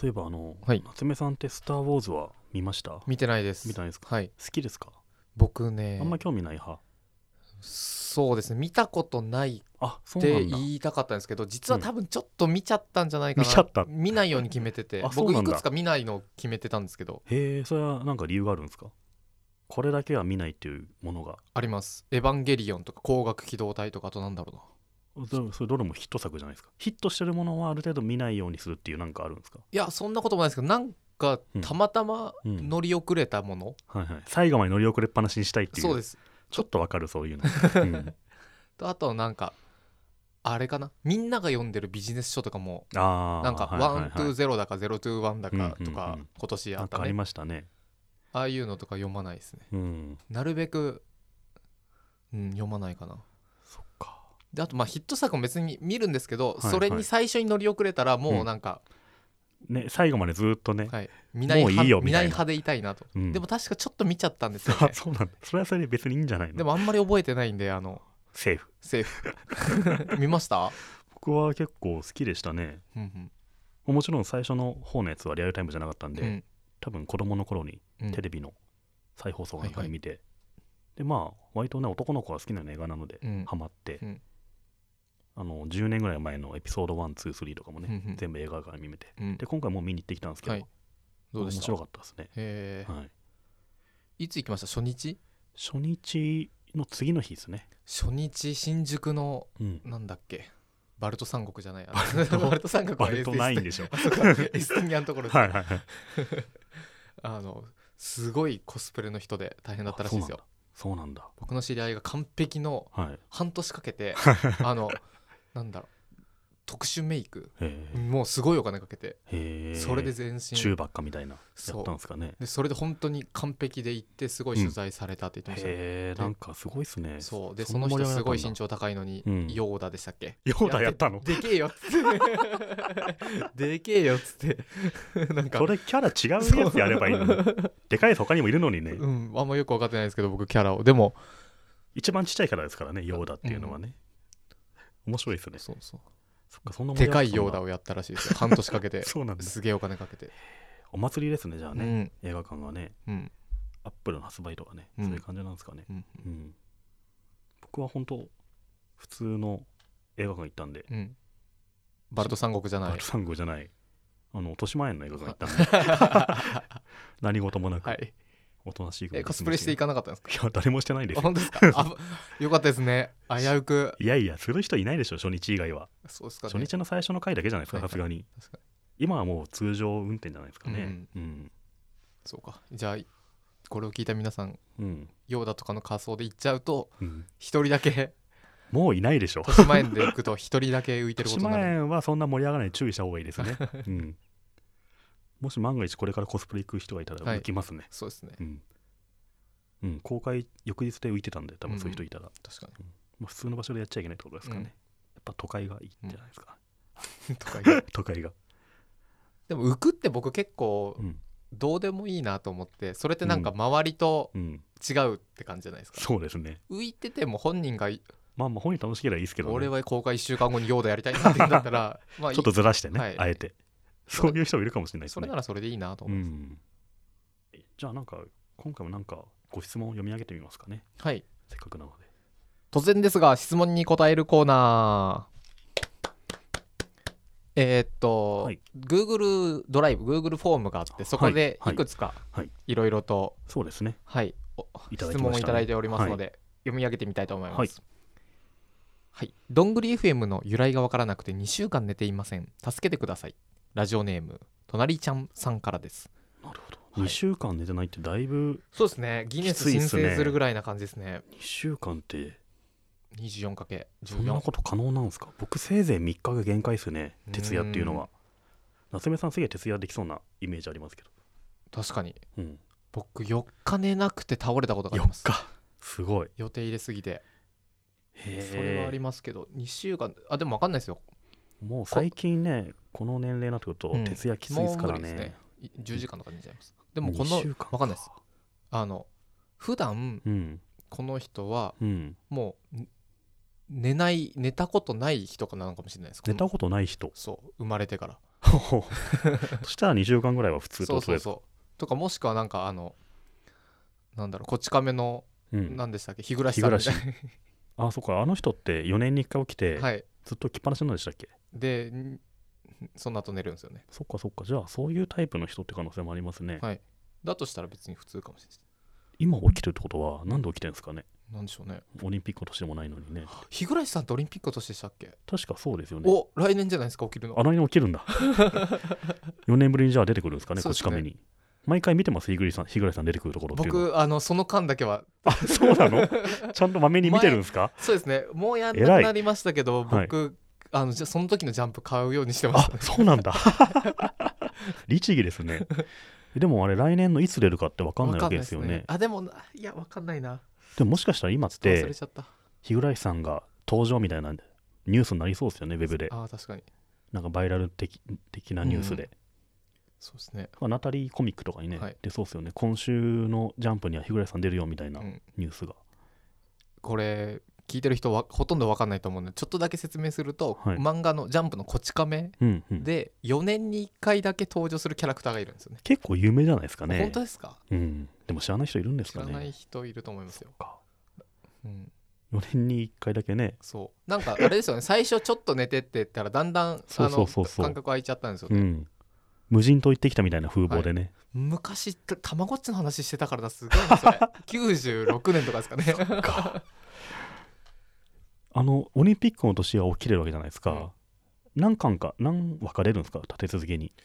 そういえばはい、 夏目さんってスター・ウォーズは見ました？ 見てないです。 見たんですか？ はい、 好きですか？ 僕あんまね、 興味ない派？ そうですね、見たことないっあ、そうなてんだ。 言いたかったんですけど、実うん、 は多分ちょっと見ちゃったんじゃないかな。 見ちゃった。 見ないように決めててあ、そうなんだ。 僕いくつか見ないのを決めてたんですけど。 へえ、それはなんか理由があるんですか？これだけは見ないっていうものが。 あります。エヴァンゲリオンとか光学機動隊とか、あとなんだろうな。 それどれもヒット作じゃないですか。ヒットしてるものはある程度見ないようにするっていうなんかあるんですか？ いや、そんなこともないですけど、なんかたまたまうん乗り遅れたもの、 はいはい、最後まで乗り遅れっぱなしにしたいっていう。 そうです。 ちょっとわかる、そういうの、うん、 とあとなんかあれかな、みんなが読んでるビジネス書とかもあなんかはいはいはい、 120だか021だかとかうんうんうん、 今年なんかありあったね。 ましたね。 ああいうのとか読まないですね。 うん、 なるべく、読まないかな。 そっか。 であとヒット作も別に見るんですけど、 はいはい、 それに最初に乗り遅れたらもうなんか、 ね、最後までずっとね、 はい、見ないもういいよみたいな派でいたいなと、 うんでも確かちょっと見ちゃったんですよあ、 ね。 そうなんだ。それはそれで別にいいんじゃないの？ でもあんまり覚えてないんでセーフ。 セーフ見ました？ 僕は結構好きでしたね。 うんもちろん最初の方のやつはリアルタイムじゃなかったんで、 うん多分子供の頃にうんテレビの再放送なんかで見て、 はいで割とね男の子が好きな映画なので、 うんハマって、 うん 10年ぐらい前のエピソード1、2、3とかもね、 うんうん全部映画館で見て、 うんで今回もう見に行ってきたんですけど、 はいどうでした？ 面白かったですね。 へはい、 いつ行きました？初日の次の日ですね。 初日新宿のうんなんだっけ、バルト三国じゃない、 トバルト三国はバルトないんでしょあそうかエストニアのところです。 はいはいはい。 すごいコスプレの人で大変だったらしいですよ。 そうなんだ。 僕の知り合いが完璧のはい。 半年かけてなんだろう、特殊メイクへえ。 もうすごいお金かけて、 へえ。 それで全身中ばっかみたいなやそうったんですかね。 でそれで本当に完璧で行ってすごい取材されたって言ってましたよ。 へえ、なんかすごいっすね。 そうでそんなその人す盛り上がったんだごい身長高いのに、 うんヨーダでしたっけ？ ヨーダやったの？ でけえよっつってでけえよっつってなんかそれキャラ違うやつやればいいのに。でかいやつ他にもいるのにね。 あんまよく分かってないですけど僕キャラを。でも一番ちっちゃいキャラですからね、ヨーダっていうのはね。面白いですね。 そうそうそっか、そんな盛でり上がったんだかいヨーダをやったらしいですよ、半年かけてそうなんだ。 すげえお金かけて。 お祭りですね、じゃあね。 うん映画館がね、 うんアップルの発売とかね、 うんそういう感じなんですかね。 うんうん。僕は本当普通の映画館行ったんで、 うんバルト三国じゃないバルト三国じゃない、豊島園の映画館行ったんで、何事もなく、 はいおとなしいくコスプレしていかなかったんですか？ いや、誰もしてないですよ。 あ本当ですか？よかったですね、危うく。 いやいや、する人いないでしょ、初日以外は。 そうですかね。 初日の最初の回だけじゃないですか、 はいはいさすがに。 確かに今はもう通常運転じゃないですかね。うん。 そうか。じゃあこれを聞いた皆さん、 うん。 ヨーダとかの仮装で行っちゃうとうん一人だけもういないでしょ。 豊島園で行くと一人だけ浮いてる豊島ことになる。 園はそんな盛り上がらない、注意した方がいいですね。うん。もし万が一これからコスプレ行く人がいたらはい浮きますね。 そうですね。 うん。うん、公開翌日で浮いてたんで、多分そういう人いたら、 確かまあ、普通の場所でやっちゃいけないってことですかね。 うんやっぱ都会がいいんじゃないですか。 にとか言う都会が。 でも浮くって僕結構うん。 どうでもいいなと思って、それってなんか周りとうん。 違うって感じじゃないですか。 そうですね。 浮いてても本人がまあ本人楽しければいいですけどね。 俺は公開1週間後にヨーダやりたいなって言うんだったらまあちょっとずらしてね、 はいあえて。そういう人もいるかもしれないですね。 それならそれでいいなとう思います。 ん。じゃあなんか、今回もなんかご質問を読み上げてみますかね。 はい、 せっかくなので。 突然ですが質問に答えるコーナー。 はい Google ドライブ Google フォームがあって、そこでいくつかはいいろいろと、 そうですね。 はい、 いただきましたね質問をいただいておりますので、読み上げてみたいと思います。はい、どんぐり FM の由来がわからなくて2週間寝ていません。助けてください。ラジオネームとなりちゃんさんからです。 なるほど。 はい 2週間寝てないってだいぶ、 そうですね、ギネス申請するぐらいな感じですね。 2週間って 24×14。 そんなこと可能なんですか？僕せいぜい3日が限界ですね、徹夜っていうのは。夏目さんすげえ徹夜できそうなイメージありますけど。 確かにうん。 僕4日寝なくて倒れたことがあります。 4日すごい。 予定入れすぎて。 へそれはありますけど2週間でも分かんないですよ。 もう最近ね、この年齢になってくるとうん徹夜きついですからもう無理ですね。 10時間とか寝ちゃいます。でもこの 2週間分かんないです。普段うんこの人はうん。 もう寝たことない人かなのかもしれないです。 寝たことない人。 そう生まれてからそしたら2週間ぐらいは普通ってそうことですか。 そうそうとか、もしくはなんかなんだろう、こち亀のうん何でしたっけ、日暮さんみたいあ、そっか、あの人って4年に1回起きて、 なはいずっと着っぱなしなんでしたっけ。 でその後寝るんですよね。 そっかそっか、じゃあそういうタイプの人って可能性もありますね。 はいだとしたら別に普通かもしれないです。 今起きてるってことはなんで起きてるんですかね。 なんでしょうね。 オリンピックの年でもないのにね。 日暮さんってオリンピックの年でしたっけ。 確かそうですよね。 お、来年じゃないですか起きるの。 あのに起きるんだ。4年ぶりにじゃあ出てくるんですかね、 そうですねこち亀に。毎回見てます、日暮さん出てくるところっていうのは。 僕その間だけはあ、そうなの。ちゃんとまめに見てるんですか。 そうですね、もうやんなくなりましたけど、 偉い僕、じゃその時のジャンプ買うようにしてます、 あ、そうなんだ。律儀ですね。でもあれ来年のいつ出るかって分かんないわけですよね。 あ、でもいや分かんないな。 でももしかしたら今っ忘てれちゃった。 日暮さんが登場みたいなニュースになりそうですよね、ウェブで。 あ、確かになんかバイラル的なニュースで、 そうですね。 ナタリーコミックとかにね、 はい出そうですよね。今週のジャンプには日暮さん出るよみたいなニュースが。 これ聞いてる人はほとんど分かんないと思うんで、ちょっとだけ説明すると、 はい漫画のジャンプのこち亀うんうん、 で4年に1回だけ登場するキャラクターがいるんですよね。 結構有名じゃないですかね。 本当ですか。 うん、でも知らない人いるんです知らかね。 ない人いると思いますよ。 かうん 4年に1回だけね。 そうなんかあれですよね最初ちょっと寝てって言ったらだんだんそうそうそうそう感覚空いちゃったんですよね。 うん、無人島行ってきたみたいな風貌でね、 昔たまごっちの話してたからだ、すごいなそれ96年とかですかね。 オリンピックの年は起きれるわけじゃないですか、何巻か何話か出るんですか、立て続けに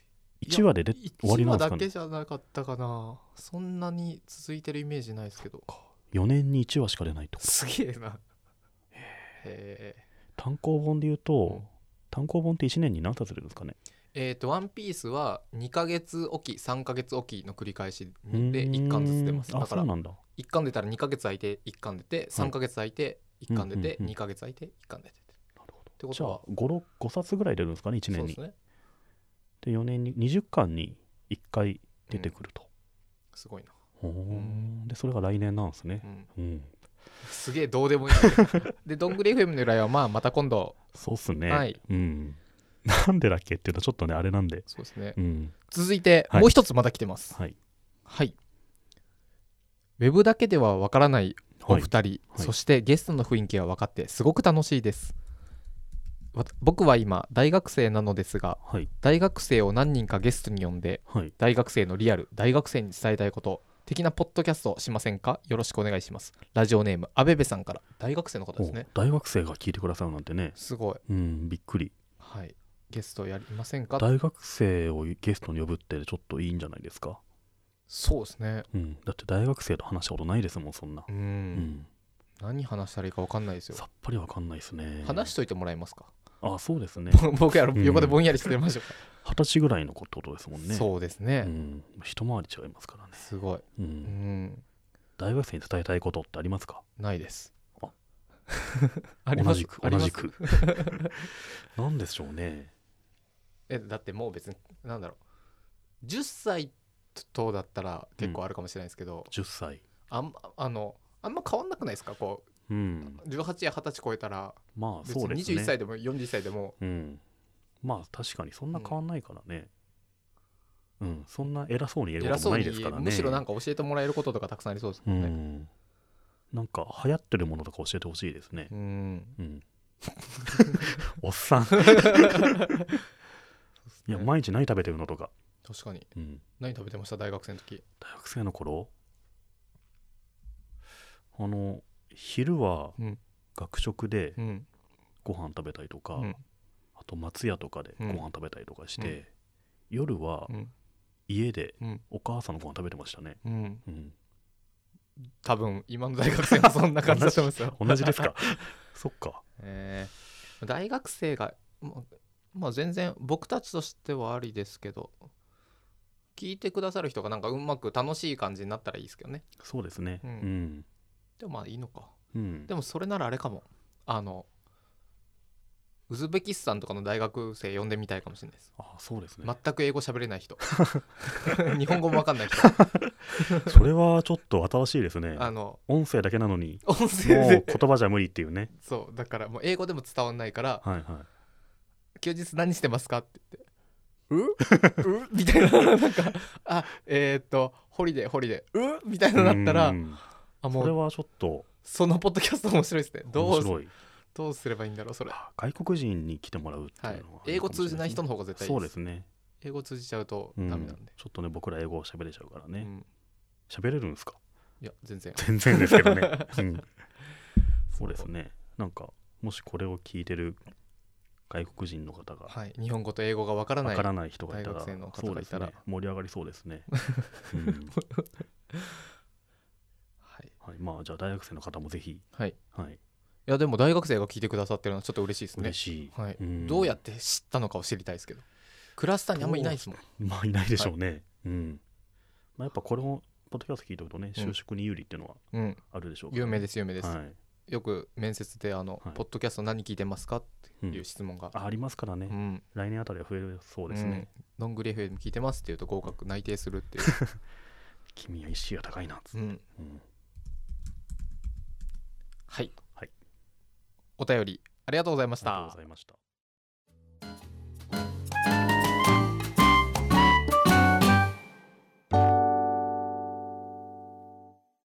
1話で終わりなんですか 1話だけね。 じゃなかったかな。そんなに続いてるイメージないですけど。 4年に1話しか出ないってこと。 すげえな。へ単行本で言うと、単行本って1年に何冊出るんですかね。 ワンピースは2ヶ月おき3ヶ月おきの繰り返しで1巻ずつ出ます。だあ、 からそうなんだ。 1巻出たら2ヶ月空いて1巻出て3ヶ月空いて1巻出てうんうんうん 2ヶ月空いて1巻出てなるほど。 ってことはじゃあ 5冊ぐらい出るんですかね、1年に。 そうですね。 で4年に20巻に1回出てくると、 すごいな。 ほーでそれが来年なんですね。うん、 すげえどうでもいいでどんぐり FM の由来はまた今度。 そうっすね。 はいうん。なんでだっけっていうのはちょっとねあれなんで。 そうですね、 うん。 続いてはいもう一つまた来てます。 はい。 はい。ウェブだけではわからないお二人、 はいそしてゲストの雰囲気が分かってすごく楽しいです。僕は今大学生なのですが、 はい。 大学生を何人かゲストに呼んではい。 大学生のリアル、大学生に伝えたいこと的なポッドキャストをしませんか。よろしくお願いします。ラジオネームアベベさんから。大学生の方ですね。 大学生が聞いてくださるなんてね。 すごい。 うん、びっくり。 はい。ゲストやりませんか。 大学生をゲストに呼ぶってちょっといいんじゃないですか。 そうですね。 うん。だって大学生と話したことないですもん、そんな。 うん何話したらいいか分かんないですよ。 さっぱりわかんないですね。 話しといてもらえますか。 あ、そうですね。 僕ら横でぼんやりしてましょうか。 20歳ぐらいの子ってことですもんね。 そうですね、 うん。一回り違いますからね。 すごい、 大学生に伝えたいことってありますか。 ないです。 ああります同じくなんでしょうね。 だってもう別になんだろう、10歳とだったら結構あるかもしれないですけど、 10歳。 あんま変わんなくないですか。こう、18や20歳超えたらまあ別にそうですね。 21歳でも40歳でも、 まあ確かにそんな変わんないからね。そんな偉そうに言えることもないですからね。 むしろなんか教えてもらえることとかたくさんありそうですもんね。 なんか流行ってるものとか教えてほしいですね。おっさんいや毎日何食べてるのとか。 確かに、何食べてました。大学生の時。 大学生の頃昼は学食でご飯食べたりとか、あと松屋とかでご飯食べたりとかして、夜は家でお母さんのご飯食べてましたね。 多分今の大学生もそんな感じだと思いますよ。 同じですかそっか。 大学生がまあ全然僕たちとしてはありですけど、聞いてくださる人がなんかうまく楽しい感じになったらいいですけどね。 そうですね。 でもまあいいのか。 でもそれならあれかも、ウズベキスタンとかの大学生呼んでみたいかもしれないです。 あ、そうですね。 全く英語喋れない人日本語も分かんない人それはちょっと新しいですね。音声だけなのに音声でもう言葉じゃ無理っていうね。 そうだからもう英語でも伝わんないから、 はいはい、 休日何してますかって言って、 みたいななんかホリデーみたいなのだったら、 もうそれはちょっとそのポッドキャスト面白いですね。 面白い。 どうすればいいんだろうそれ。 外国人に来てもらうっていうのは、 英語通じない人の方が絶対いいです。 そうですね。 英語通じちゃうとダメなんで、 ちょっとね僕ら英語喋れちゃうからね。喋れるんですか？ いや全然ですけどね。そうですね。なんかもしこれを聞いてる外国人の方が、 日本語と英語がわからない人がいたら、 大学生の方がいたら、 盛り上がりそうですね。まあじゃあ大学生の方もぜひ。いやでも大学生が聞いてくださってるのはちょっと嬉しいですね。 嬉しい。 どうやって知ったのかを知りたいですけど、クラスターにあんまりいないですもん。 まあいないでしょうね。やっぱこれもポッドキャスト聞いてるとね、就職に有利っていうのはあるでしょうから、 有名です。よく面接でポッドキャスト何聞いてますかっていう質問がありますからね。来年あたりは増えるそうですね。 どんぐり FM 聞いてますって言うと合格内定するっていう。 君は意識が高いなっつって。 お便りありがとうございました。 ありがとうございました。